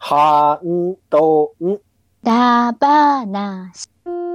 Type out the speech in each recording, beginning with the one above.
はんとん。 だばなし。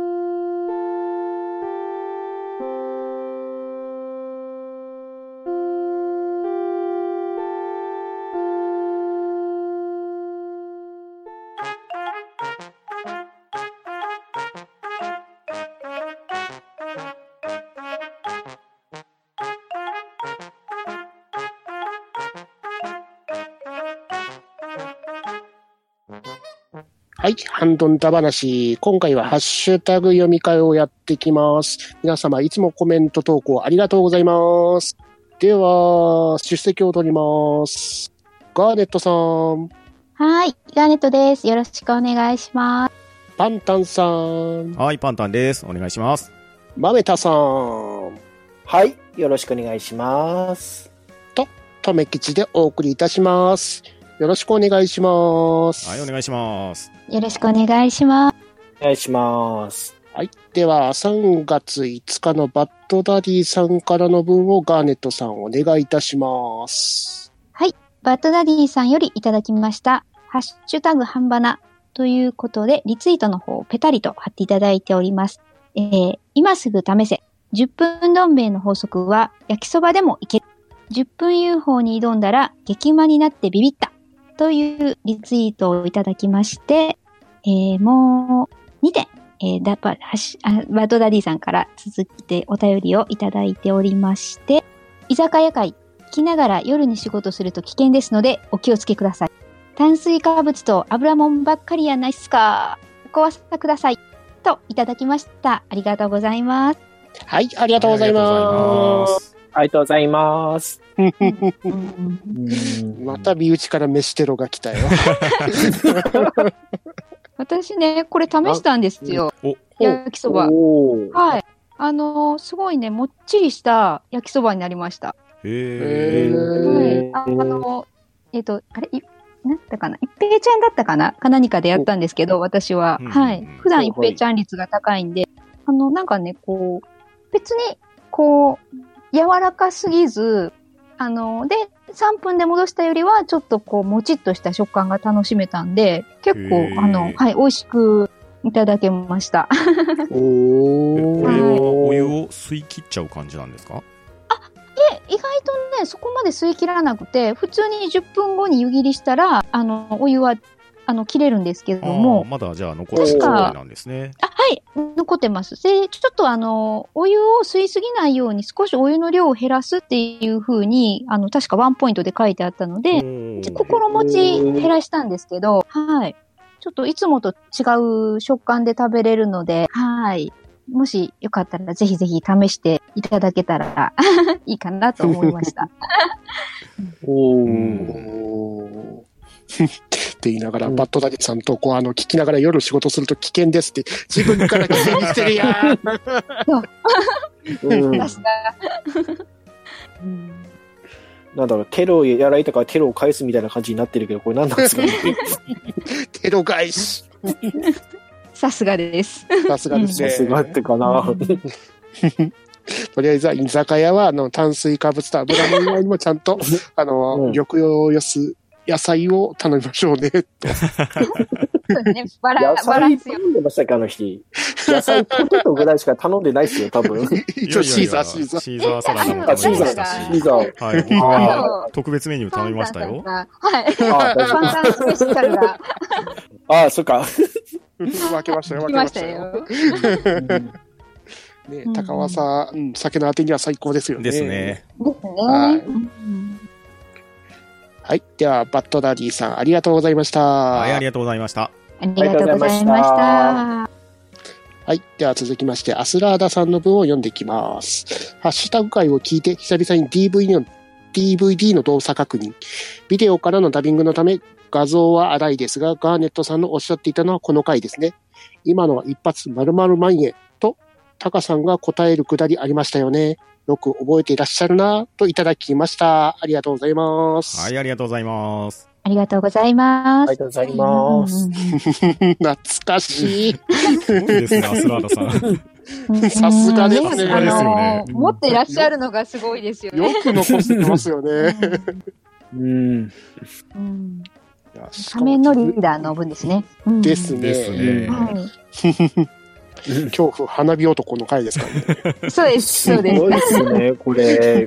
はい、ハンドンダ話。今回はハッシュタグ読み会をやってきます。皆様いつもコメント投稿ありがとうございます。では、出席を取ります。ガーネットさん。 はい、ガーネットです。よろしくお願いします。 パンタンさん。 はい、パンタンです。お願いします。 マメタさん。 はい、よろしくお願いします。 とめきちでお送りいたします。よろしくお願いします。 はい、お願いします。 よろしくお願いします。 お願いします。 はい。では、3月5日のバッドダディさんからの文をガーネットさんお願いいたします。 はい。バッドダディさんよりいただきました。ハッシュタグ半ばなということで、リツイートの方をペタリと貼っていただいております。今すぐ試せ。10分どん兵衛の法則は、焼きそばでもいける。10分 UFO に挑んだら、激うまになってビビった。というリツイートをいただきまして、もう2点、バッドダディさんから続いてお便りをいただいておりまして、居酒屋会、聞きながら夜に仕事すると危険ですのでお気をつけください。炭水化物と油もんばっかりやないっすか。ごわさください。といただきました。ありがとうございます。 はい、ありがとうございます。 ありがとうございます。 また身内から飯テロが来たよ。 私ね、これ試したんですよ。焼きそば。はい。すごいね、もっちりした焼きそばになりました。 へー。はい。あれなんだったかな一平ちゃんだったかな何かでやったんですけど、私は。はい。普段一平ちゃん率が高いんで、なんかね、こう、別に、こう、柔らかすぎず、で、3分で戻したよりは、ちょっとこう、もちっとした食感が楽しめたんで、結構、はい、美味しくいただけました。 これはお湯を吸い切っちゃう感じなんですか？ 意外とね、そこまで吸い切らなくて、普通に10分後に湯切りしたら、お湯は、切れるんですけれども。 まだじゃあ残ってる状態なんですね。 はい、残ってます。で、ちょっとお湯を吸いすぎないように少しお湯の量を減らすっていう風に、確かワンポイントで書いてあったので、心持ち減らしたんですけど、はい。ちょっといつもと違う食感で食べれるので、はい。もしよかったらぜひぜひ試していただけたらいいかなと思いました。 って言いながら、バッドダディさんと聞きながら夜仕事すると危険ですって自分から危険にしてるやん。 なんだろう、テロをやられたからテロを返すみたいな感じになってるけど、これ何なんですかね。 テロ返し。 さすがです。 さすがですね。 さすがってかな。 とりあえずは居酒屋は炭水化物と油の以外にもちゃんと抑揚をよす野菜を頼みましょうね。 ね、バランスよ。 頼んでましたっけ、あの日。野菜ポテトぐらいしか頼んでないっすよ、多分。 一応シーザーサラダも頼みましたし。 シーザー。 はい、僕は特別メニュー頼みましたよ。 はい。パンタンスペシャルが。 ああ、そっか。 分けましたよ、 分けましたよ。 ね、高尾さん、酒のあてには最高ですよね。 ですね。 はい。では、バッドダディさん、ありがとうございました。 はい、ありがとうございました。 ありがとうございました。 はい。では、続きまして、アスラーダさんの文を読んでいきます。ハッシュタグ会を聞いて、久々に DVD の動作確認。ビデオからのダビングのため、画像は荒いですが、ガーネットさんのおっしゃっていたのはこの回ですね。今のは一発〇〇万円と、タカさんが答えるくだりありましたよね。よく覚えていらっしゃるなといただきました。ありがとうございます。 はい、ありがとうございます。 ありがとうございます。 ありがとうございます。 懐かしい。 すごいですね、アスラーダさん。 さすがですね。 持っていらっしゃるのがすごいですよね。 よく残してますよね。 仮面のリーダーの分ですね。 ですね。 ですね。 は恐怖花火男の回ですからね。 い。そうです、そうですすごいですね、これ。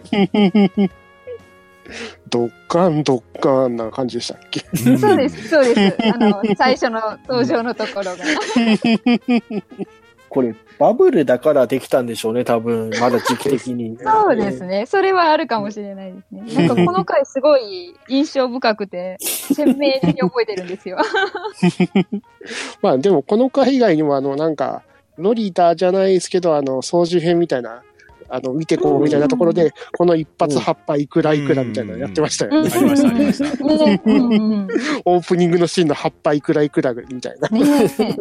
ドッカンドッカンな感じでしたっけ？ そうです、そうです。最初の登場のところが。 これ、バブルだからできたんでしょうね、多分。まだ時期的に。 そうですね。それはあるかもしれないですね。なんかこの回すごい印象深くて、鮮明に覚えてるんですよ。 まあでもこの回以外にもなんか、ロリータじゃないですけど、操縦編みたいな、見てこうみたいなところで、この一発葉っぱいくらいくらみたいなのやってましたよね。 ありました、ありました。 ね、 オープニングのシーンの葉っぱいくらいくらみたいな。 ね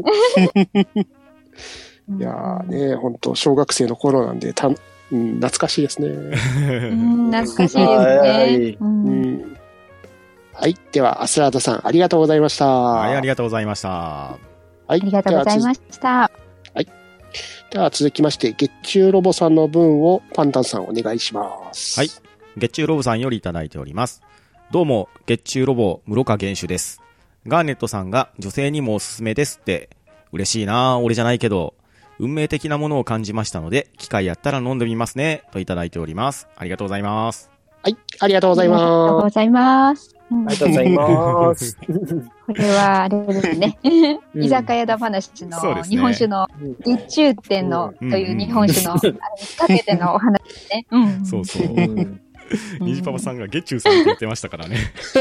いやーね、本当小学生の頃なんで、懐かしいですね。 懐かしいですはいね。 はい。では、アスラーダさん、ありがとうございました。 はい、ありがとうございました。 はい。 ありがとうございました。 では続きまして、月中ロボさんの分をパンタンさんお願いします。 はい。月中ロボさんよりいただいております。どうも、月中ロボ、室賀元首です。ガーネットさんが女性にもおすすめですって、嬉しいなぁ、俺じゃないけど、運命的なものを感じましたので、機会やったら飲んでみますね、といただいております。ありがとうございます。 はい、ありがとうございありがとうまございます。 ありがとうございます。 これは、あれですね。居酒屋だ話の日本酒の月中店のという日本酒のかけてのお話ですね。 そうそう。 うん虹パパさんが月中さんって言ってましたからね。 す。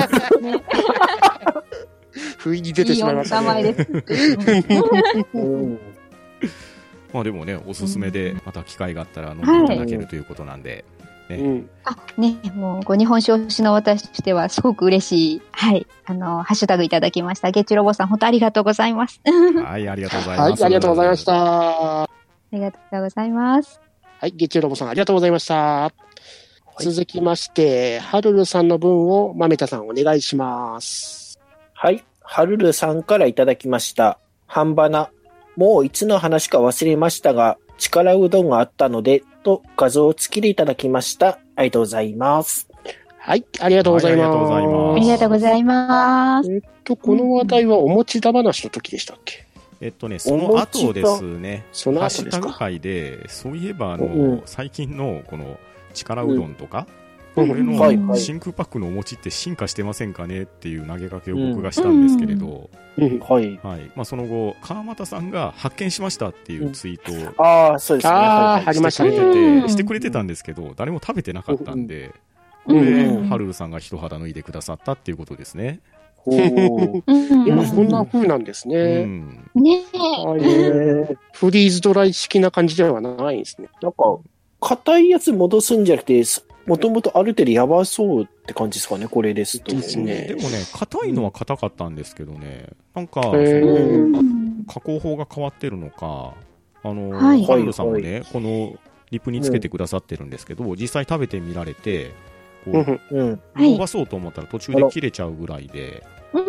不意に出てしまいましたね。 いいお名前です。 うんまあでもね、おすすめで、また機会があったら飲んでいただけるということなんで。 もう、ご日本酒推しの私としてはすごく嬉しい。はい。ハッシュタグいただきました。月中ロボさん、本当ありがとうございます。 はい、ありがとうございます。 はい、ありがとうございました。 ありがとうございます。 はい、月中ロボさん、ありがとうございました。続きまして、はるるさんの分をまめたさんお願いします。 はい。はるるさんからいただきました。半ばな。もういつの話か忘れましたが、力うどんがあったので、と画像付きでいただきました。ありがとうございます。 はい、ありがとうございます。 はい、ありがとうございますありがとうございます。 この話題はお餅だ話の時でしたっけ？ その後ですね。 そのハッシュタグ後ですか？ 会で、そういえばうん最近のこの力うどんとか、 うんこれのはいはい真空パックのお餅って進化してませんかねっていう投げかけを僕がしたんですけれど、 うん。 はい。 はい。まあその後、川又さんが発見しましたっていうツイートをああ、そうですね。 あーはいありましたねしてくれてたんですけど、誰も食べてなかったんで、 うんで、ハルルさんが一肌脱いでくださったっていうことですね。 おー今そんな風なんですうね。 ん。 ねはいえフリーズドライ式な感じではないんですね。 なんか、硬いやつ戻すんじゃなくて、もともとある程度やばそうって感じですかね、これですと。 ですねでもね、硬いのは硬かったんですけどね、なんか、そへーの加工法が変わってるのか、 はいハルルさんもね、このリプにつけてくださってるんですけど、実際食べてみられて、こう、 うん。 はい伸ばそうと思ったら途中で切れちゃうぐらいで、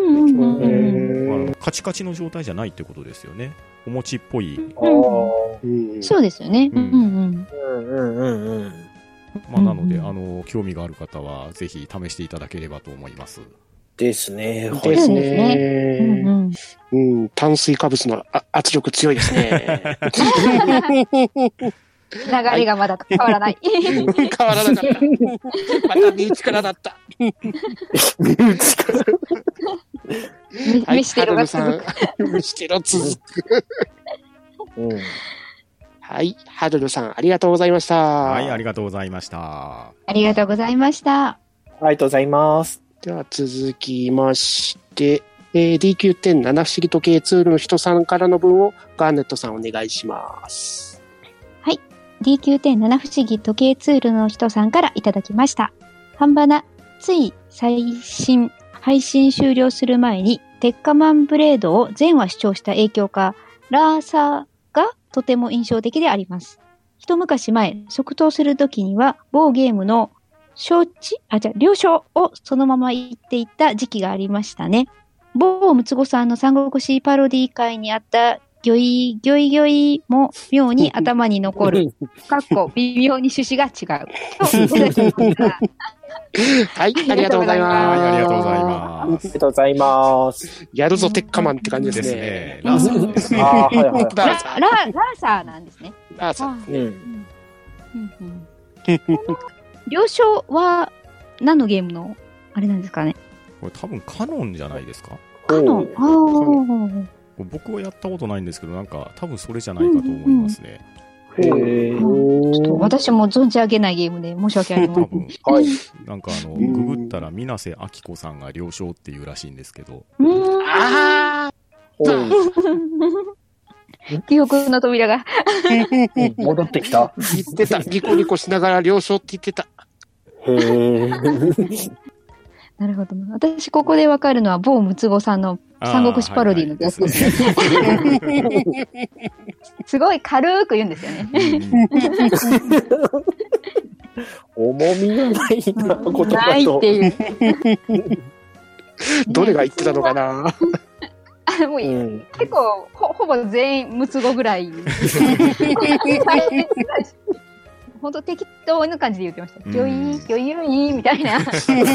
カチカチの状態じゃないってことですよね。お餅っぽい。 ああ。 うんそうですよね。 うんうん。 まあ、なので、興味がある方は、ぜひ試していただければと思います。 ですね。はいですそうね。うん、炭水化物の圧力強いですね。 流れがまだ変わらない。 変わらなかった。また身内からだった。 飯テロが続く。 飯テロ続く。 うん。 はい。はるるさん、ありがとうございました。 はい、ありがとうございました。 ありがとうございました。 ありがとうございます。 では続きまして、DQ10 七不思議時計ツールの人さんからの分をガーネットさんお願いします。 DQ10 七不思議時計ツールの人さんからいただきました。半ばな、つい配信終了する前に、鉄火マンブレードを全話視聴した影響か、ラーサーがとても印象的であります。一昔前、即答するときには、某ゲームの了承をそのまま言っていた時期がありましたね。某ムツゴさんの三国志パロディ会にあったギョイギョイも妙に頭に残る。微妙に趣旨が違う。 はい、ありがとうございます。 はい、ありがとうございます。 ありがとうございます。 やるぞ、鉄火マンって感じでですね。 すね。ラーさんですね。 はいはい。 ラーサー。 ラーサーなんですね。 ラーサー。 うん。 了承は何のゲームのあれなんですかね。 これ多分カノンじゃないですか。 カノン。 僕はやったことないんですけど、なんか多分それじゃないかと思いますね。 へちょっと私も存じ上げないゲームで申し訳ありません。 多分はい。 なんかググったら水瀬明子さんが了承っていうらしいんですけど。 あ記憶の扉が。 戻ってきた。 言ってた。ニコニコしながら了承って言ってた。 へえ。 なるほどな。私、ここでわかるのは、某ムツゴさんの三国志パロディのやつですね。すごい軽く言うんですよね。 重みがないな、言葉と。 ないっていう。 どれが言ってたのかな。 もう結構ほぼ全員ムツゴぐらい。本当適当な感じで言ってました。ギョイー、ギョイーみたいな。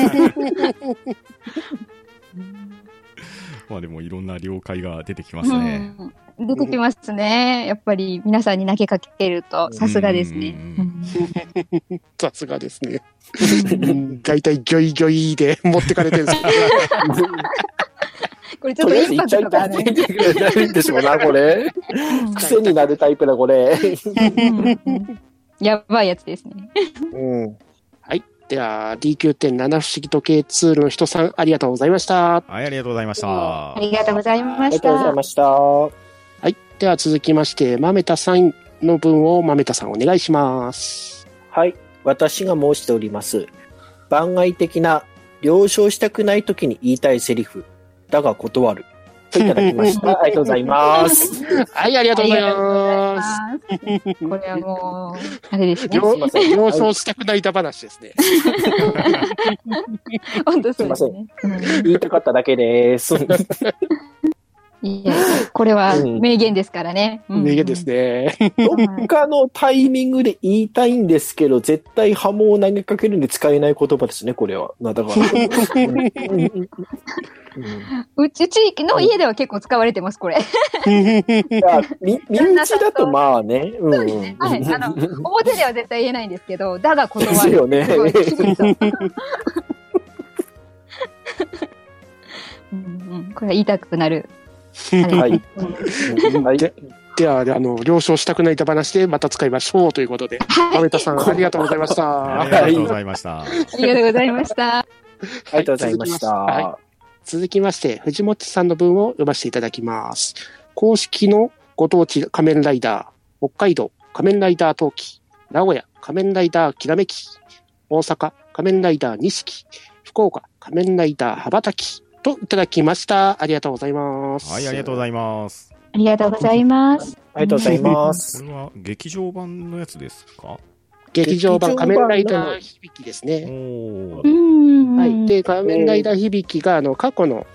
まあでもいろんな了解が出てきますね。 出てきますね。やっぱり皆さんに投げかけるとさすがですね。 さすがですね。だいたいギョイギョイで持ってかれてるんですけど。 これちょっとインパクトがある。 ないんでしょうな、これ。癖になるタイプだ、これ。 やばいやつですね。 はい。では、D9.7 不思議時計ツールの人さん、ありがとうございました。 はい、ありがとうございました。 ありがとうございました。 ありがとうございました。 はい。では続きまして、まめたさんの分をまめたさんお願いします。 はい。私が申しております。番外的な、了承したくないときに言いたいセリフ。だが断る。といただきました。ありがとうございます。 はい、ありがとうございます。 これはもう、あれですね。 了承したくないだ話ですね。 本当そうですね。 言いたかっただけです。 いや、これは名言ですからね。 名言ですね。 どっかのタイミングで言いたいんですけど、絶対波紋を投げかけるんで使えない言葉ですね、これは。だから。 うちの家では結構使われてます、これ。 身内だとまあね。 はい。表では絶対言えないんですけど、だが断る。 ですよね。 これは言いたくなる。 はい。 では、了承したくないだ話でまた使いましょうということで。まめたさん、ありがとうございました。 ありがとうございました。 ありがとうございました。 ありがとうございました。 続きまして、藤本さんの文を読ませていただきます。公式のご当地仮面ライダー、北海道仮面ライダー陶器、名古屋仮面ライダーきらめき、大阪仮面ライダー錦、福岡仮面ライダー羽ばたきといただきました。ありがとうございます。 はい、ありがとうございます。 ありがとうございます。 ありがとうございます。 これは劇場版のやつですか？ 劇場版仮面ライダー響きですね。はい。で、仮面ライダー響きが、過去の、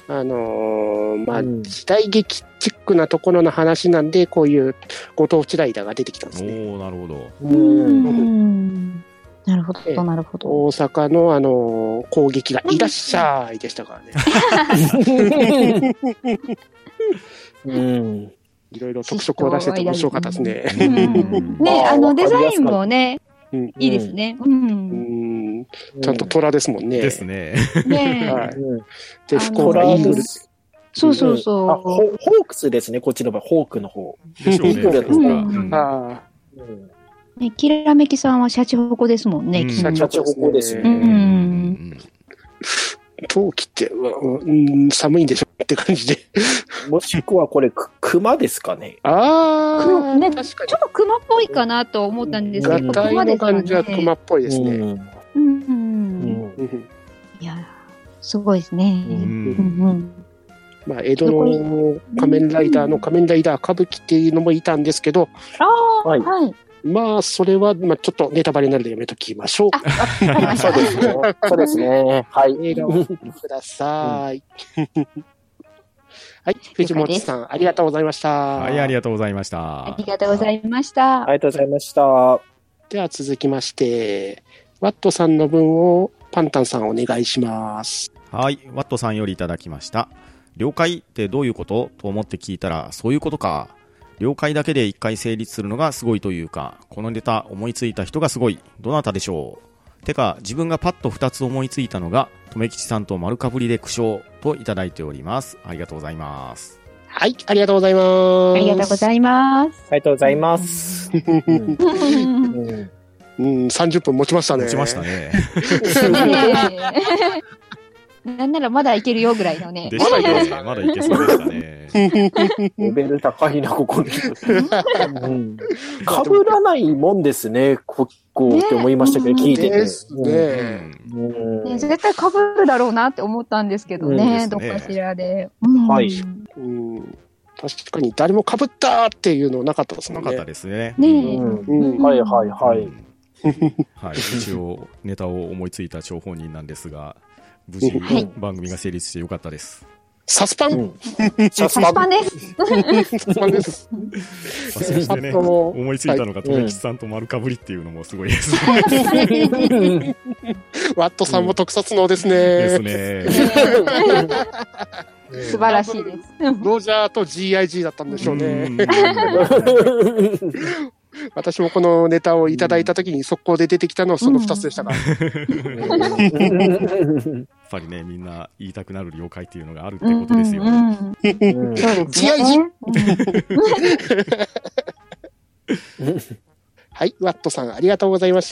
時代劇チックなところの話なんで、こういうご当地ライダーが出てきたんですね。 なるほど。 なるほど、なるほど。 大阪の、攻撃がいらっしゃいでしたからね。いろいろ特色を出してて面白かったですね。 ね、デザインもね、いいですね。 ちゃんと虎ですもんね。 ですね。 で、福岡イーグル。 そうそうそう。 ホークスですね、こっちの場合、ホークの方。 でしょうね。きらめきさんはシャチホコですもんね。 シャチホコですね。 陶器って、寒いんでしょって感じで。 もしくはこれ、熊ですかね。 ちょっと熊っぽいかなと思ったんですけど、 熊の感じは熊っぽいですね。 いや、すごいですね。 まあ、江戸の仮面ライダーの仮面ライダー歌舞伎っていうのもいたんですけど、 はい。 まあ、それは、ちょっとネタバレになるのでやめときましょう。 そうですね。そうですね。はい。 映画を見てください。 はい。藤本さん、ありがとうございました。 はい、ありがとうございましたあ。りがとうございました。 ありがとうございました。 では続きまして、ワットさんの分をパンタンさんお願いします。 はい、ワットさんよりいただきました。了解ってどういうことと思って聞いたら、そういうことか。了解だけで一回成立するのがすごいというか、このネタ思いついた人がすごい。どなたでしょう。てか、自分がパッと2つ思いついたのが、とめきちさんと丸かぶりで苦笑といただいております。ありがとうございます。 はい、ありがとうございます。 ありがとうございます。 ありがとうございます。 30分持ちましたね。 持ちましたね。 なんならまだいけるよぐらいのね。 でしたね。まだいけそうでしたね。 レベル高いな、ここで。かぶらないもんですね、ここって思いましたけど、聞いてて。 ですね。 絶対かぶるだろうなって思ったんですけどね、どっかしらで。 はい。 確かに誰もかぶったっていうのなかったですもんね。 なかったですね。 はいはいはい。 はい、一応ネタを思いついた張本人なんですが、無事番組が成立してよかったです。 サスパン、 サスパンです。 サスパンです。 そしてね、思いついたのがとめきちさんと丸かぶりっていうのもすごいですね。 ワットさんも特撮能ですね。 ですね。 素晴らしいです。 ロジャーと GIG だったんでしょうね。私もこのネタをいただいたときに速攻で出てきたのはその2つでしたから。 やっぱりね、みんな言いたくなる了解っていうのがあるってことですよね。 GIG! はい、ワットさんありがとうございました。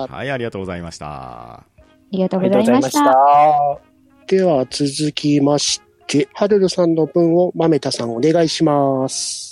はい、ありがとうございました。 ありがとうございました。 では続きまして、はるるさんの分をまめたさんお願いします。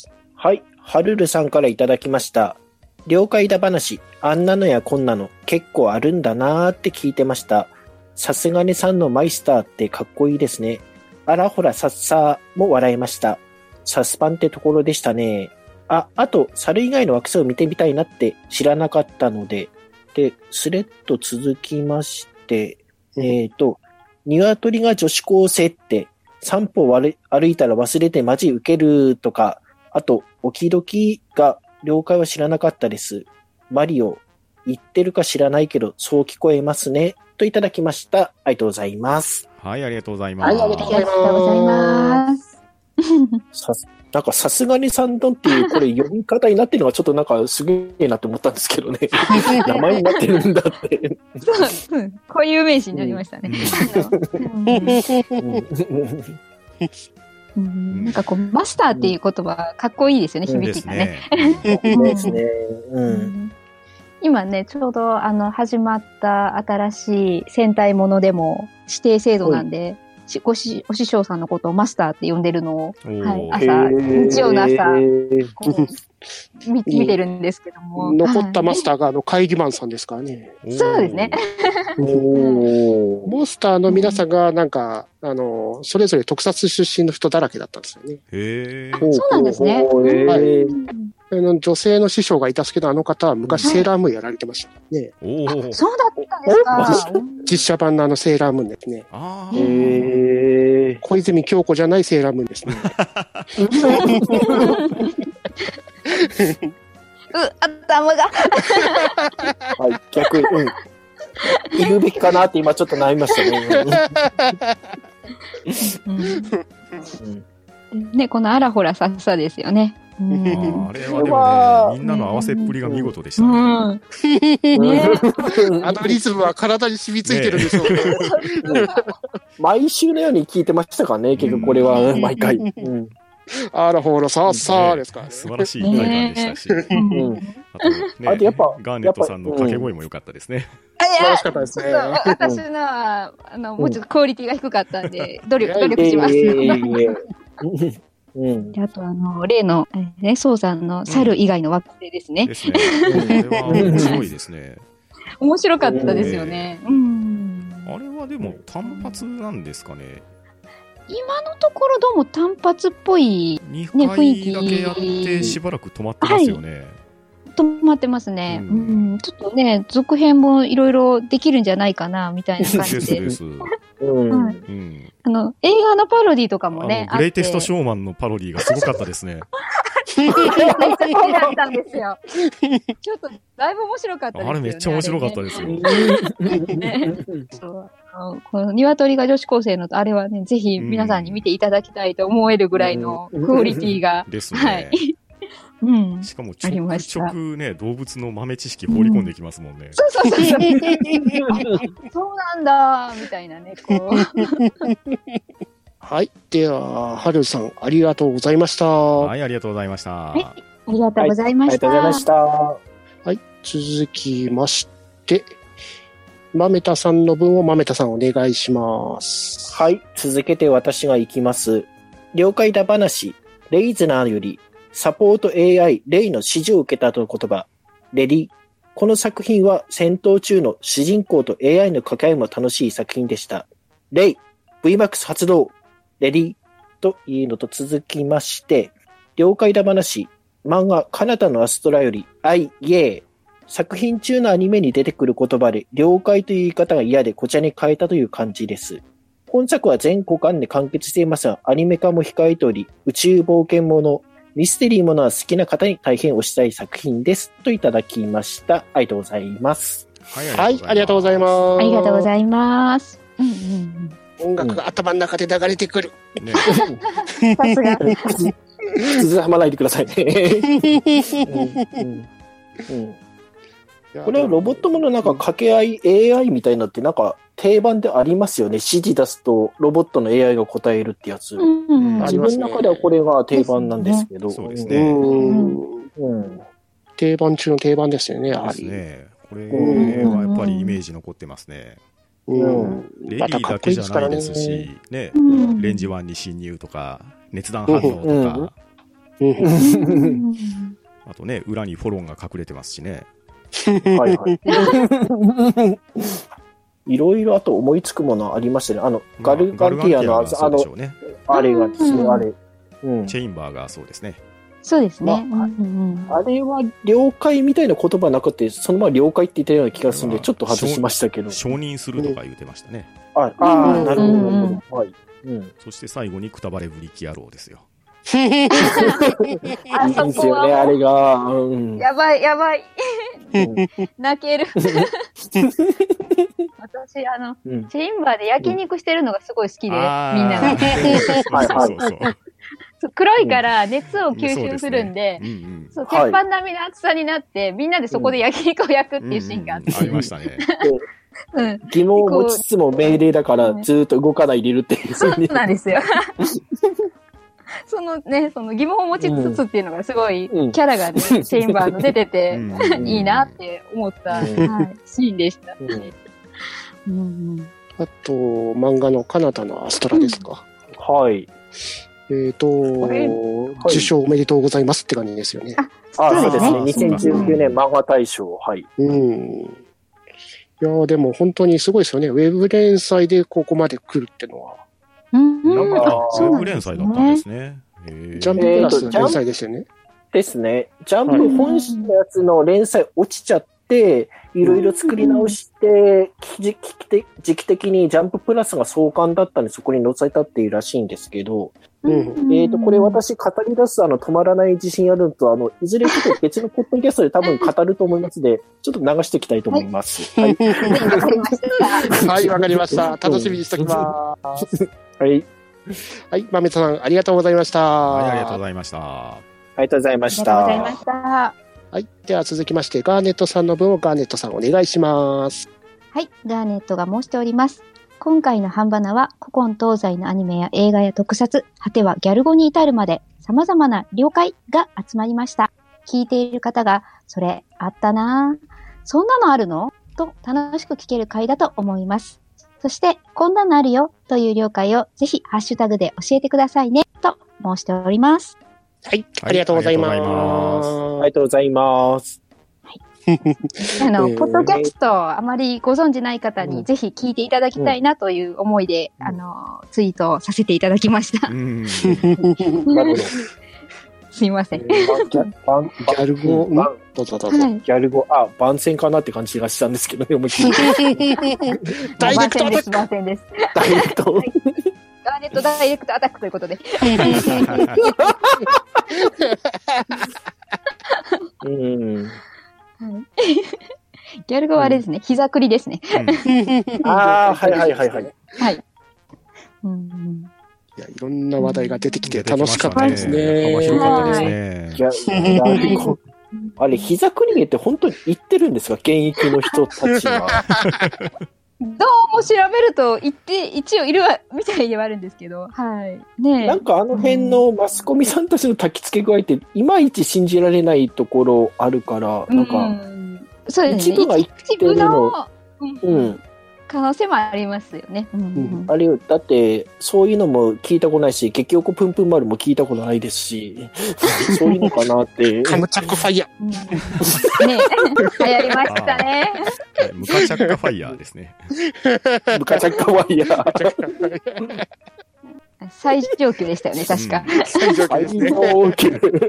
はい。はるるさんからいただきました。了解だ話、あんなのやこんなの結構あるんだなーって聞いてました。さすがにさんのマイスターってかっこいいですね。あらほらさっさーも笑いました。サスパンってところでしたね。あと、猿以外の惑星を見てみたいなって知らなかったので。で、スレッド続きまして、鶏が女子高生って散歩を歩いたら忘れてマジウケるとか、あと、オキドキが了解は知らなかったです。マリオ、言ってるか知らないけど、そう聞こえますね。といただきました。ありがとうございます。 はい、ありがとうございます。 はい、ありがとうございます。 なんかさすがにさんどんっていうこれ読み方になってるのがちょっとなんかすげえなって思ったんですけどね。名前になってるんだって。 そう、こういう名詞になりましたね。なんかこう、マスターっていう言葉、かっこいいですよね、響きがね。 ですね。 今ね、ちょうど始まった新しい戦隊ものでも指定制度なんで、お師匠さんのことをマスターって呼んでるのを、はい、日曜の朝、見てるんですけども。 残ったマスターが会議マンさんですからね。 そうですね。 モンスターの皆さんがなんか、それぞれ特撮出身の人だらけだったんですよね。 そうなんですね。 はい。女性の師匠がいたんですけど、あの方は昔セーラームーンやられてましたね。 そうだったんですか。 実写版のセーラームーンですね。小泉京子じゃないセーラームーンですね。 頭が。 はい、逆に、言うべきかなって今ちょっと悩みましたね。 ね、このあらほらさっさですよね。 あれはでもね、みんなの合わせっぷりが見事でしたね。 あのリズムは体に染みついてるんでしょうね。 毎週のように聞いてましたからね、結局これは、毎回。 あらほらさっさですからね。 素晴らしい一体感でしたし。あとやっぱ、ガーネットさんの掛け声も良かったですね。 素晴らしかったですね。 私のは、もうちょっとクオリティが低かったんで、努力します。あと例の、ソウさんの猿以外の惑星ですね。 ですね。これは面白いですね。 面白かったですよね。 あれはでも単発なんですかね。 今のところどうも単発っぽい、 2回だけやってしばらく止まってますよね。 止まってますね。 うんうん、ちょっとね、続編もいろいろできるんじゃないかな、みたいな感ですじで。 です。 うん。 はいうん。 映画のパロディとかもね、 グレイテストョショーマンのパロディがすごかったですね。 めっちゃ好きだったんですよ。ちょっと、だいぶ面白かったですよね。 あれめっちゃ面白かったですよ。 そうこの鶏が女子高生のあれはね、ぜひ皆さんに見ていただきたいと思えるぐらいのクオリティが。 ですね。 はい。うん。 しかもありましたね、動物の豆知識放り込んでいきますもんね。 そうそうそう。そうなんだ、みたいなね、こう。 はい。では、はるさん、ありがとうございました。 はい、ありがとうございました。 いありがとうございまありした。 がとうございました。 はい。続きまして、まめたさんの分をまめたさんお願いします。 はい。続けて私が行きます。了解だ話、レイズナーより、サポート AI レイの指示を受けたとの言葉、レディ。この作品は戦闘中の主人公と AI の掛け合いも楽しい作品でした。レイ、VMAX 発動、レディ。というのと続きまして、了解だ話、漫画カナダのアストラより、イエー。作品中のアニメに出てくる言葉で、了解という言い方が嫌でこちらに変えたという感じです。本作は全5巻で完結していますが、アニメ化も控えており、宇宙冒険もの、ミステリーものは好きな方に大変推したい作品です。といただきました。ありがとうございます。 はい。ありがとうございます。 ありがとうございます。うんうん音楽が頭の中で流れてくる。 ね、 うん。さすが。 口ずはまないでくださいね。これはロボットものなんか掛け合い AI みたいなってなんか定番でありますよね。指示出すとロボットの AI が答えるってやつ。 うんうん自分の中ではこれが定番なんですけど。 そうですね。 うん定番中の定番ですよね、やはですり。 ね。これはやっぱりイメージ残ってますね。レディーだけじゃないですし、ね、レンジ1に侵入とか、熱弾反応とか、あとね、裏にフォロンが隠れてますしね。 はいはい。いろいろあと思いつくものありましたね。ガルガンティアの、あれがですね、あれ。 チェインバーがそうですね。 そうですね。 あれは了解みたいな言葉なくて、そのまま了解って言ったような気がするんで、ちょっと外しましたけど。 承認するとか言ってましたね。 なるほど、なるほど。はい。 そして最後にくたばれブリキ野郎ですよ。 あそこはね、あれが。 やばい、やばい。泣ける。私、チェインバーで焼肉してるのがすごい好きで、みんなが。黒いから熱を吸収するんで、鉄板並みの厚さになって、みんなでそこで焼肉を焼くっていうシーンがあって。 ありましたね。 疑問を持ちつつも命令だからずーっと動かないでいるっていう。 そうなんですよ。その疑問を持ちつつっていうのがすごいキャラがね、チェインバーの出てていいなって思ったシーンでした。あと、漫画のカナダのアストラですか。 はい。 受賞おめでとうございますって感じですよね。 そうですね。2019年漫画大賞。はい。 いやでも本当にすごいですよね。ウェブ連載でここまで来るってのは。 なんか、ウェブ連載だったんですね。 ジャンププラス連載ですよね。 ですね。ジャンプ本誌のやつの連載落ちちゃって、いろいろ作り直して、時期的にジャンププラスが創刊だったんで、そこに載せたっていうらしいんですけど、これ私語り出す問まらない自信あるのと、いずれちょっと別のポッドキャストで多分語ると思いますので、ちょっと流していきたいと思います。はい。 はい、わかりました。楽しみにしておきます。 はい。 はい、まめさん、ありがとうございました。 はい、ありがとうございました。 ありがとうございました。 ありがとうございました。 はい。では続きまして、ガーネットさんの分をガーネットさんお願いします。 はい、ガーネットが申しております。今回の半ばなは古今東西のアニメや映画や特撮、果てはギャル語に至るまで様々な了解が集まりました。聞いている方が、それあったなぁ、そんなのあるのと楽しく聞ける回だと思います。そして、こんなのあるよという了解をぜひハッシュタグで教えてくださいねと申しております。 はい、ありがとうございます。 ありがとうございます。 ポッドキャストあまりご存知ない方にぜひ聞いていただきたいなという思いで、ツイートさせていただきました。 なるほど。 すいません。 ギャル語、どうぞどうぞ。 はい。 ギャル語、番宣かなって感じがしたんですけどね、思いっきり。 ダイレクトアタック。 番宣です。 ダイレクト。 ガーネットダイレクトアタックということで。 うん。 はいギャル語はあれですね。膝くりですね。 ああ、はいはいはいはい。 はい。うんいや、いろんな話題が出てきて楽しかったですね。 幅広かったですね。 ギャル語。あれ、膝くりげって本当に言ってるんですか、現役の人たちは。 どうも調べると言って一応いるわみたいではあるんですけど、はい。ねえ。 なんかあの辺のマスコミさんたちの焚き付け具合っていまいち信じられないところあるから、なんか、 そうですね。 一部が言ってるの、うん。 可能性もありますよね。 あれよ、だって、そういうのも聞いたことないし、激おこぷんぷん丸も聞いたことないですし、そういうのかなって。 カムチャックファイヤー。 ね流行りましたね。 ムカチャッカファイヤーですね。 ムカチャッカワイヤー。 最上級でしたよね、確か。 最上級ですね。 上級。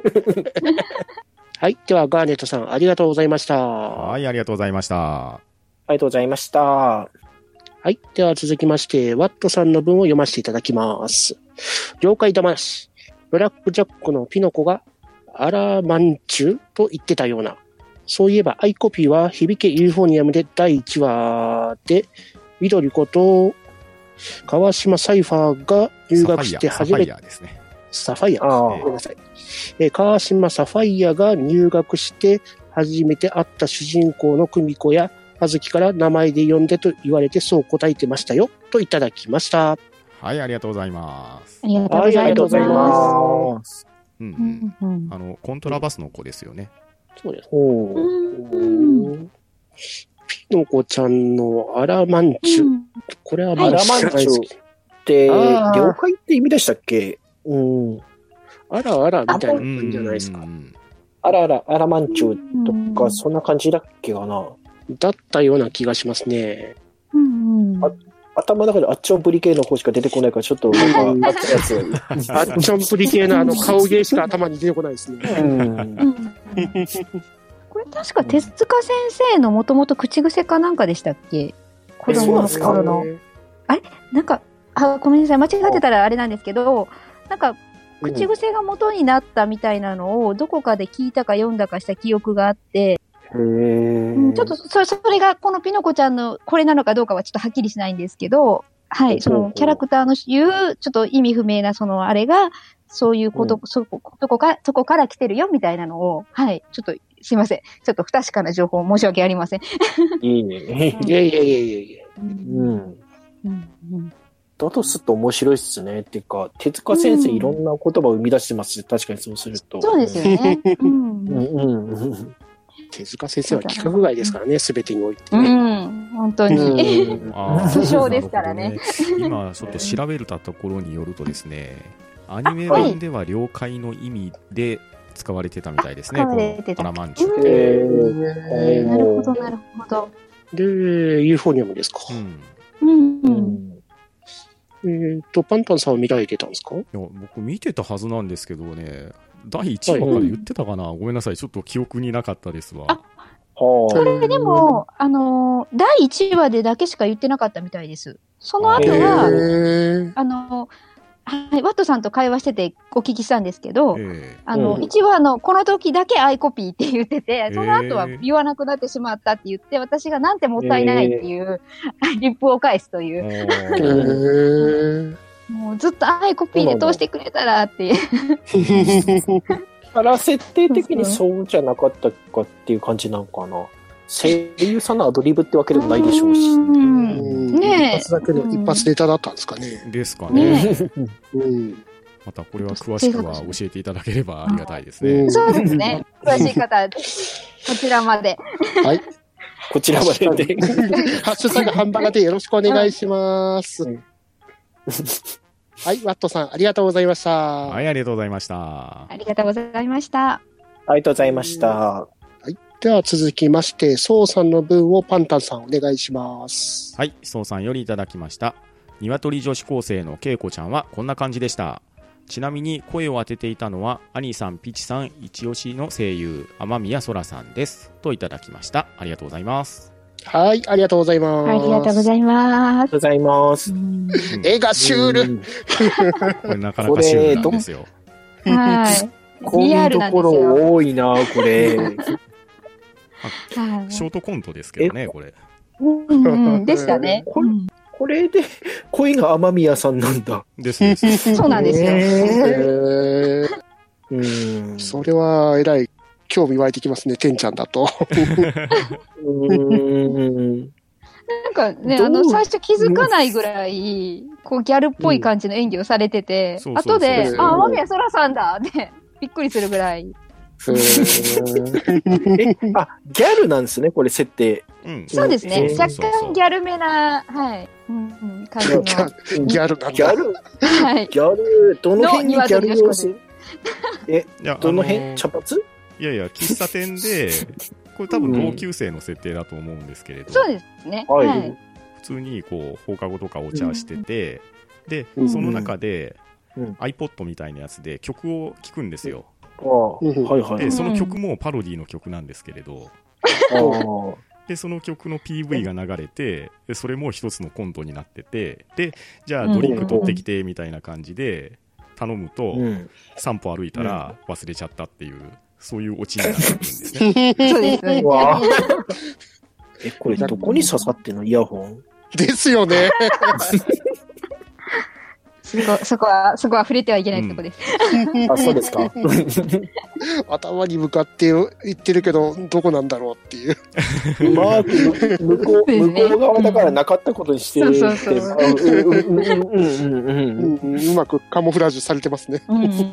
はい。では、ガーネットさん、ありがとうございました。 はい、ありがとうございました。 ありがとうございました。 はい。では続きまして、ワットさんの文を読ませていただきます。了解だまし。ブラックジャックのピノコがアラマンチュと言ってたような。そういえば、アイコピーは響けユーフォニアムで第1話で、緑子と川島サイファーが入学して初めて、 サファイヤーですね。 サファイヤー。 ああごめんなさい。川島サファイアが入学して初めて会った主人公の久美子や葉月から名前で呼んでと言われてそう答えてましたよといただきました。 はい、ありがとうございます。 ありがとうはい、ありがとうございまます。 うんうん。コントラバスの子ですよね。 そうです。 おーピノコちゃんのアラマンチュ。これはまだ知らないですけど。 で、 あー了解って意味でしたっけ？うん。 あらあらみたいな感じじゃないですか。 あらあら、アラマンチュとか、そんな感じだっけかな。 だったような気がしますね。 頭の中であっちょんぶり系の方しか出てこないから、ちょっとなんか、あったやつ。 あっちょんぷり系の顔芸しか頭に出てこないですね。 これ確か手塚先生のもともと口癖かなんかでしたっけ？子供の頃の。あれなんか、ごめんなさい。間違ってたらあれなんですけど、なんか、口癖が元になったみたいなのをどこかで聞いたか読んだかした記憶があって、ちょっとそれがこのピノコちゃんのこれなのかどうかはちょっとはっきりしないんですけど、はい、そのキャラクターの言うちょっと意味不明なそのあれが、そういうこと、そこから来てるよみたいなのを、はい、ちょっとすいません。ちょっと不確かな情報申し訳ありません。 いいね。 いやいやいやいやいや。 だとすると面白いっすね。っていうか、手塚先生いろんな言葉を生み出してます。確かにそうすると。 そうですよね。 手塚先生は規格外ですからね、すべてにおいて。 本当に。不詳ですからね。 今、ちょっと調べたところによるとですね、アニメ版では了解の意味で使われてたみたいですね、このアラマンチュって。 なるほど、なるほど。 で、ユーフォニアムですか。パンタンさんは見られてたんですか？ いや、僕見てたはずなんですけどね、第1話から言ってたかな、ごめんなさい、ちょっと記憶になかったですわ。 これでも、第1話でだけしか言ってなかったみたいです。その後は、はい、ワットさんと会話しててお聞きしたんですけど、1話のこの時だけアイコピーって言ってて、その後は言わなくなってしまったって言って、私がなんてもったいないっていう、リップを返すという。もうずっとアイコピーで通してくれたらっていう。 あら、設定的にそうじゃなかったかっていう感じなのかな。声優さんのアドリブってわけでもないでしょうし。 一発だけの一発ネタだったんですかね。 ですかね。またこれは詳しくは教えていただければありがたいですね。 そうですね。詳しい方、こちらまで。 はい。 こちらまでで。 ハッシュタグハンバーガーでよろしくお願いします。はい、ワットさん、ありがとうございました。 はい、ありがとうございました。 ありがとうございました。 ありがとうございました。 はい。では続きまして、ソウさんの分をパンタンさんお願いします。 はい、ソウさんよりいただきました。鶏女子高生のケイコちゃんはこんな感じでした。 ちなみに声を当てていたのは、アニさん、ピチさん、一押しの声優、天宮そらさんです。といただきました。ありがとうございます。 はい、ありがとうございます。 ありがとうございます。 ありがとうございます。 絵がシュール。 これなかなかシュールなんですよ。 はい。 こういうところ多いな、これ。 ショートコントですけどね、これ。 でしたね。 これで、声が天宮さんなんだ。 ですです。 そうなんですよ。 それは、えらい興味湧いてきますね、てんちゃんだと。 なんかね、最初気づかないぐらい、こう、ギャルっぽい感じの演技をされてて、後で、天宮そらさんだってびっくりするぐらい。 ギャルなんですね、これ、設定。 そうですね。若干ギャルめな、はい。感じの。 ギャルなんだ。 ギャルはい。 ギャル、どの辺にギャル要素どの辺茶髪いやいや、喫茶店で、これ多分同級生の設定だと思うんですけれど。 そうですね。 はい。 普通にこう、放課後とかお茶してて、で、その中で、iPod みたいなやつで曲を聴くんですよ。 はいはい。 で、その曲もパロディの曲なんですけれど、で、その曲の PV が流れて、でそれも一つのコントになってて、で、じゃあドリンク取ってきてみたいな感じで頼むと、3歩歩いたら忘れちゃったっていう、そういうオチになってるんですね。 そうですね。 これどこに刺さってんのイヤホンですよね。 そこは触れてはいけないとこです。 あ、そうですか。 頭に向かって言ってるけど、どこなんだろうっていう。 まあ、向こう側だからなかったことにしてるうまくカモフラージュされてますね。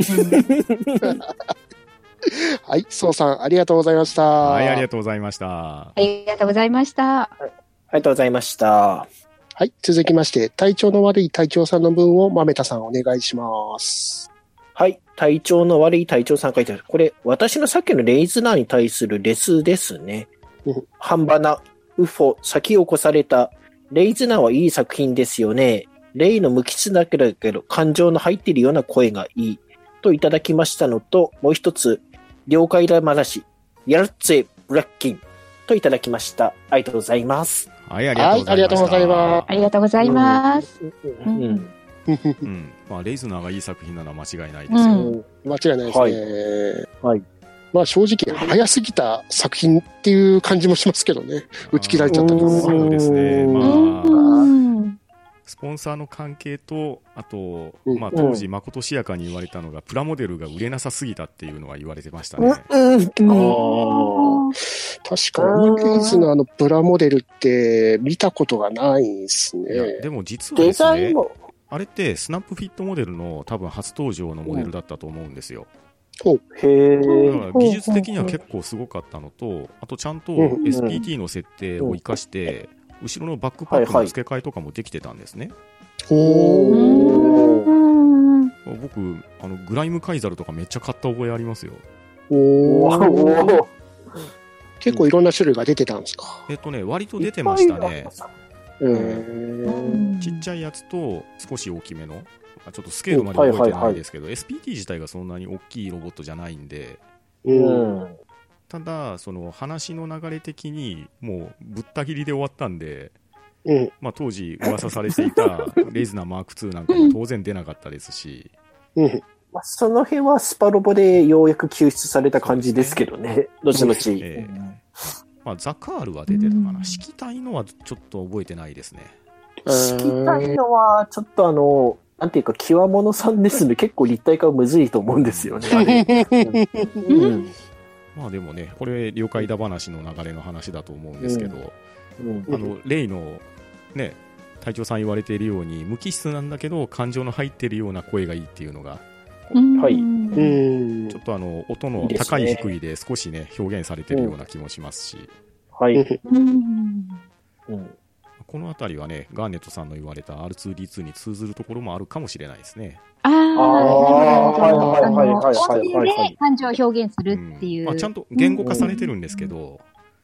はい、そうさん、ありがとうございました。 はい、ありがとうございました。 ありがとうございました。 ありがとうございました。 はい。続きまして、体調の悪い隊長さんの分を豆田さんお願いします。 はい。体調の悪い隊長さん書いてある。これ、私のさっきのレイズナーに対するレスですね。半ばな、ウフォ、先を越された。レイズナーはいい作品ですよね。レイの無機だけど、感情の入っているような声がいい。といただきましたのと、もう一つ、了解だ話。やるっぜ、ブラッキン。といただきました。ありがとうございます。 はい、ありがとうございます。 ありがとうございます。 まあ、レイズナーがいい作品なのは間違いないですよ。 間違いないですね。 はい。 まあ正直、早すぎた作品っていう感じもしますけどね。打ち切られちゃったと。 そうですね。まあ、スポンサーの関係と、あと、まあ当時、まことしやかに言われたのが、プラモデルが売れなさすぎたっていうのは言われてましたね。 確かに、レイズナーのプラモデルって見たことがないですね。 でも実はですね、あれってスナップフィットモデルの多分初登場のモデルだったと思うんですよ。 へだから技術的には結構すごかったのと、あとちゃんと SPT の設定を生かして、後ろのバックパックの付け替えとかもできてたんですね。僕、グライムカイザルとかめっちゃ買った覚えありますよ。 結構いろんな種類が出てたんですか？ 割と出てましたね。ちっちゃいやつと少し大きめの、ちょっとスケールまで覚えてないですけど、SPT 自体がそんなに大きいロボットじゃないんで、ただ、その話の流れ的にもうぶった切りで終わったんで、まあ当時噂されていたレイズナーマーク2なんかも当然出なかったですし、 その辺はスパロボでようやく救出された感じですけどね、後々。 まあ、ザカールは出てたかな。色体のはちょっと覚えてないですね。 色体のはちょっとなんていうか、極物さんですので結構立体化はむずいと思うんですよね。 まあでもね、これ、了解だ話の流れの話だと思うんですけど、レイのね、隊長さん言われているように、無機質なんだけど、感情の入っているような声がいいっていうのが、 はい。 ちょっと音の高い低いで少しね、表現されているような気もしますし、 はい。 このあたりはね、ガーネットさんの言われた R2D2 に通ずるところもあるかもしれないですね。 はい。感情を表現するっていう。 ちゃんと言語化されてるんですけど、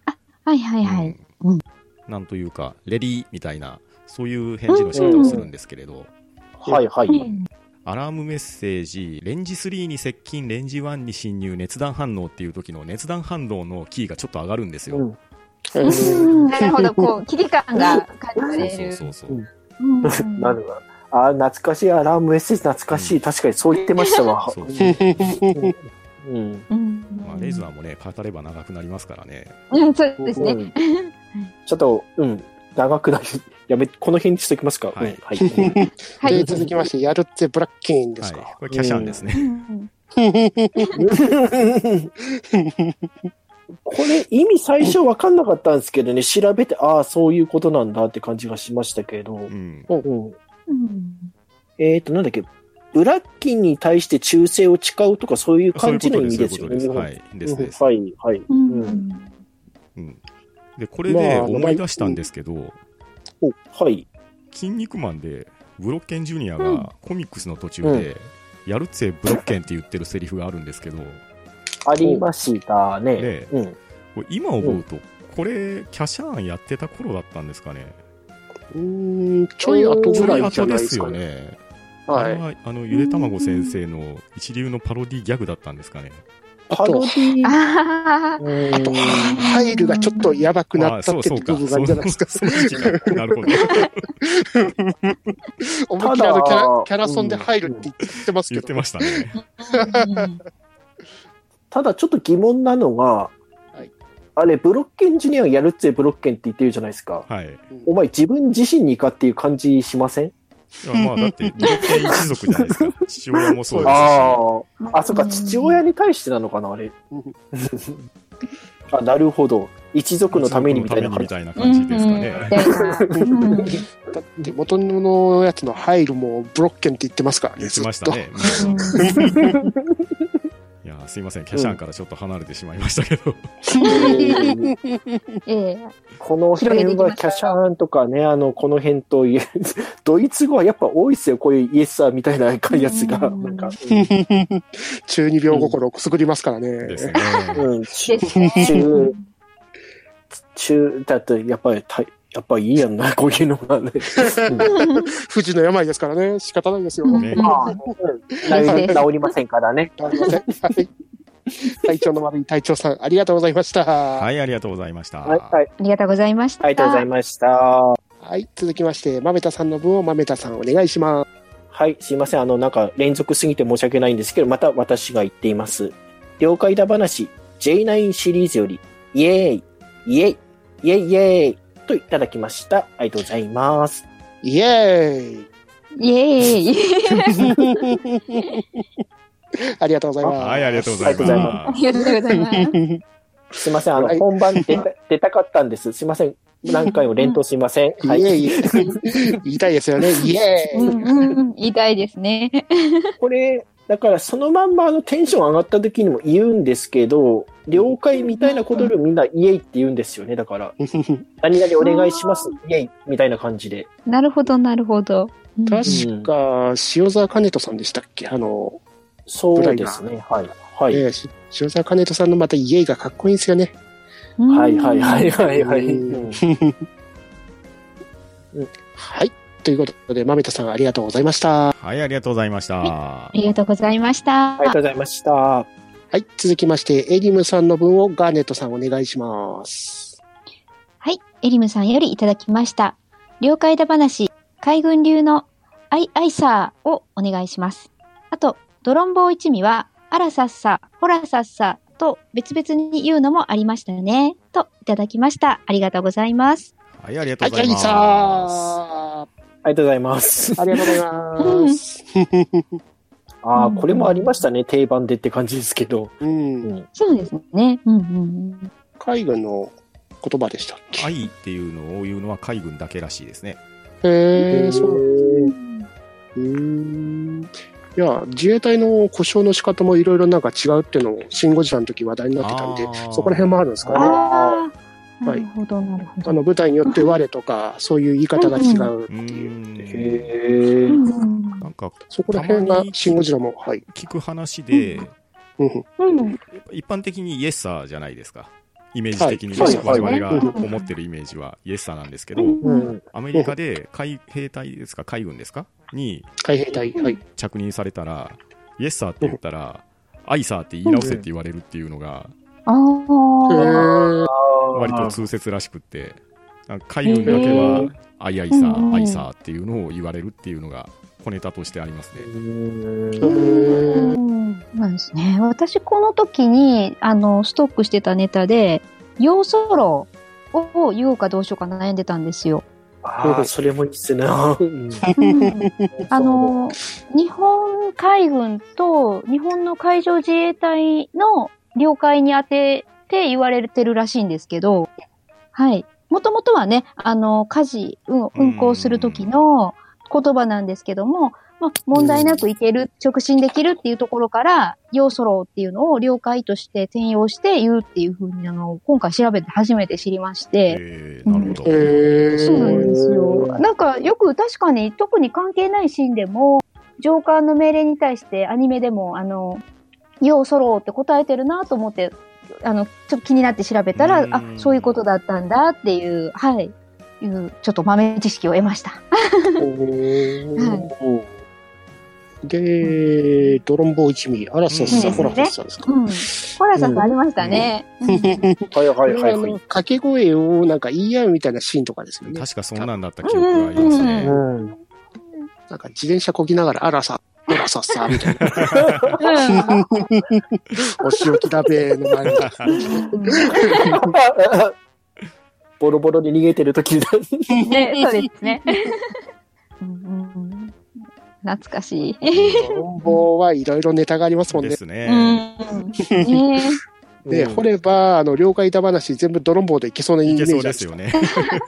なんというか、レディーみたいな、そういう返事の仕方をするんですけれど、 アラームメッセージ、レンジ3に接近、レンジ1に侵入、熱弾反応っていう時の熱弾反応のキーがちょっと上がるんですよ。 なるほど、こう、危機感が感じられる。 そう。 なるほど。懐かしい、アラームメッセージ懐かしい。確かにそう言ってましたわ。 そうまあ、レイズナーもね、語れば長くなりますからね。 そうですね。 ちょっと、長くなる。この辺にしておきますか。 はい。 はい。 続きまして、やるってブラッケンですか。 これキャシャンですね。 これ意味最初分かんなかったんですけどね、調べて、そういうことなんだって感じがしましたけど。なんだっけ、ブラッキンに対して忠誠を誓うとかそういう感じの意味ですよね。 はい。です。 はい。 で、これで思い出したんですけど、 はい。 筋肉マンで、ブロッケンジュニアがコミックスの途中で、やるっつえブロッケンって言ってるセリフがあるんですけど、 ありましたね。 これ今思うと、これ、キャシャーンやってた頃だったんですかね。 ちょい後ぐらいじゃないですかね。 ね。 あれは、ゆでたまご先生の一流のパロディギャグだったんですかね。 パロディあと、入るがちょっとやばくなったって部分があるんじゃないですか。 なるほど。 思いっきりキャラソンで入るって言ってますけど。 言ってましたね。 ただちょっと疑問なのが、あれ、ブロッケンジュニアやるっつえブロッケンって言ってるじゃないですか。お前自分自身にかっていう感じしません？ まあだって、ブロッケン一族じゃないですか。父親もそうですし。 そっか、父親に対してなのかな、あれ。なるほど。一族のためにみたいな感じですかね。 だって元のやつの入るもブロッケンって言ってますからね。 言ってましたね。いや、すいません、キャシャンからちょっと離れてしまいましたけど。 この辺はキャシャンとかね、この辺という、ドイツ語はやっぱ多いですよ、こういうイエスサーみたいなやつが。なんか中二病心をくすぐりますからね。 ですね。 中、だとやっぱりいいやんな、こういうのがね。 不治の病ですからね、仕方ないですよ。 治りませんからね。 治りません。隊長の悪い隊長さん、ありがとうございました。 はい、ありがとうございました。 ありがとうございました。 ありがとうございました。 はい、続きまして、まめたさんの分をまめたさんお願いします。 はい、すいません。なんか連続すぎて申し訳ないんですけど、また私が言っています。了解だ話、J9 シリーズより、イエーイ、イエイ、イエイイエイといただきました。ありがとうございます。 イエーイイエーイありがとうございます。 はい、ありがとうございます。 ありがとうございます。 すいません、本番出たかったんです。すいません。何回も連投すいません。 はい。言いたいですよね。イエーイ言いたいですね。 これ、だからそのまんまテンション上がった時にも言うんですけど、了解みたいなことでみんなイエイって言うんですよね。だから、何々お願いします、イエイみたいな感じで。 なるほど、なるほど。 確か、塩沢兼人さんでしたっけ？ そうですね。はい。はい。 塩沢兼人さんのまたイエイがかっこいいんですよね。 はいはいはいはいはい。 はい。ということで、まめたさんありがとうございました。 はい、ありがとうございました。 ありがとうございました。 ありがとうございました。 はい、続きまして、エリムさんの分をガーネットさんお願いします。 はい、エリムさんよりいただきました。了解だ話、海軍流のアイサーをお願いします。あと、ドロンボー一味は、あらさっさ、ほらさっさと別々に言うのもありましたね。といただきました。ありがとうございます。 はい、ありがとうございます。 ありがとうございます。 ありがとうございます。 これもありましたね。定番でって感じですけど。 そうですね。 海軍の言葉でしたっけ？ 愛っていうのを言うのは海軍だけらしいですね。 そう。いや、自衛隊の故障の仕方もいろいろなんか違うっていうのを、シン・ゴジラの時話題になってたんで、そこら辺もあるんですかね。 なるほど、なるほど。 舞台によって我とか、そういう言い方が違うっていう。 なんか、 そこら辺がシン・ゴジラも、 聞く話で、一般的にイエスサーじゃないですか。イメージ的に、我々が思ってるイメージはイエスサーなんですけど、アメリカで兵隊ですか、海軍ですかに海兵隊。はい。 着任されたら、イエスサーって言ったら、アイサーって言い直せって言われるっていうのが、 ああ。 割と通説らしくって、海軍だけは、アイアイサー、アイサーっていうのを言われるっていうのが、小ネタとしてありますね。 なんですね。私、この時に、ストックしてたネタで、ヨーソロを言おうかどうしようか悩んでたんですよ。 ああ、それもいいっすね。 日本海軍と日本の海上自衛隊の領海に当てて言われてるらしいんですけど、はい。もともとはね、運航する時の言葉なんですけども、まあ、問題なくいける、直進できるっていうところから、ヨーソローっていうのを領海として転用して言うっていうふうに今回調べて初めて知りまして。 なるほど。 そうなんですよ。なんかよく確かに特に関係ないシーンでも、上官の命令に対してアニメでも、ヨーソローって答えてるなと思って、ちょっと気になって調べたら、あ、そういうことだったんだっていう、はい、ちょっと豆知識を得ました。はいで、ドロンボ一味、アラサスさ、ホラサスさんですか。 ホラサスありましたね。 はいはいはいはい。 掛け声をなんか言い合うみたいなシーンとかですよね。 確かそんなんだった記憶がありますね。 なんか自転車こぎながら、アラサ、ホラサスさ、みたいな。お仕置きだべーの前に。 ボロボロに逃げてる時だ。 ね、そうですね。懐かしい。 ドロンボはいろいろネタがありますもんね。 ですね。 で、掘れば、両替だ話全部ドロンボでいけそうなイメージですよね。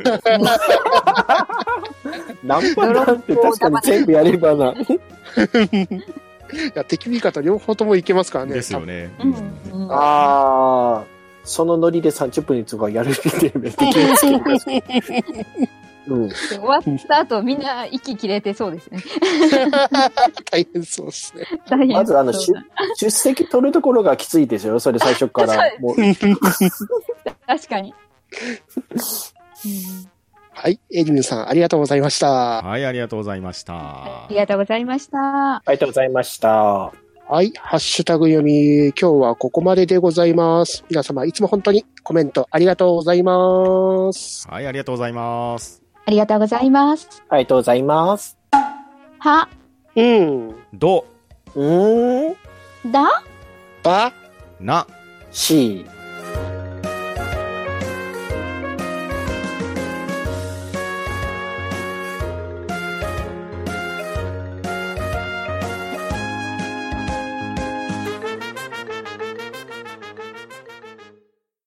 何パターンって確かに全部やればな。 いや、敵味方両方ともいけますからね。 ですよね。 ああ、そのノリで30分にとかやるみたいな敵につけてください。 終わった後みんな息切れてそうですね。 大変そうですね。 まず出席取るところがきついですよ。それ最初から。もう確かに。 はい。エリヌさん、ありがとうございました。 はい、ありがとうございました。ありがとうございました。 ありがとうございました。 はい。ハッシュタグ読み、今日はここまででございます。皆様、いつも本当にコメントありがとうございます。 はい、ありがとうございます。 ありがとうございます。 ありがとうございます。 は。 ど。 だ。 ば。 な。 し。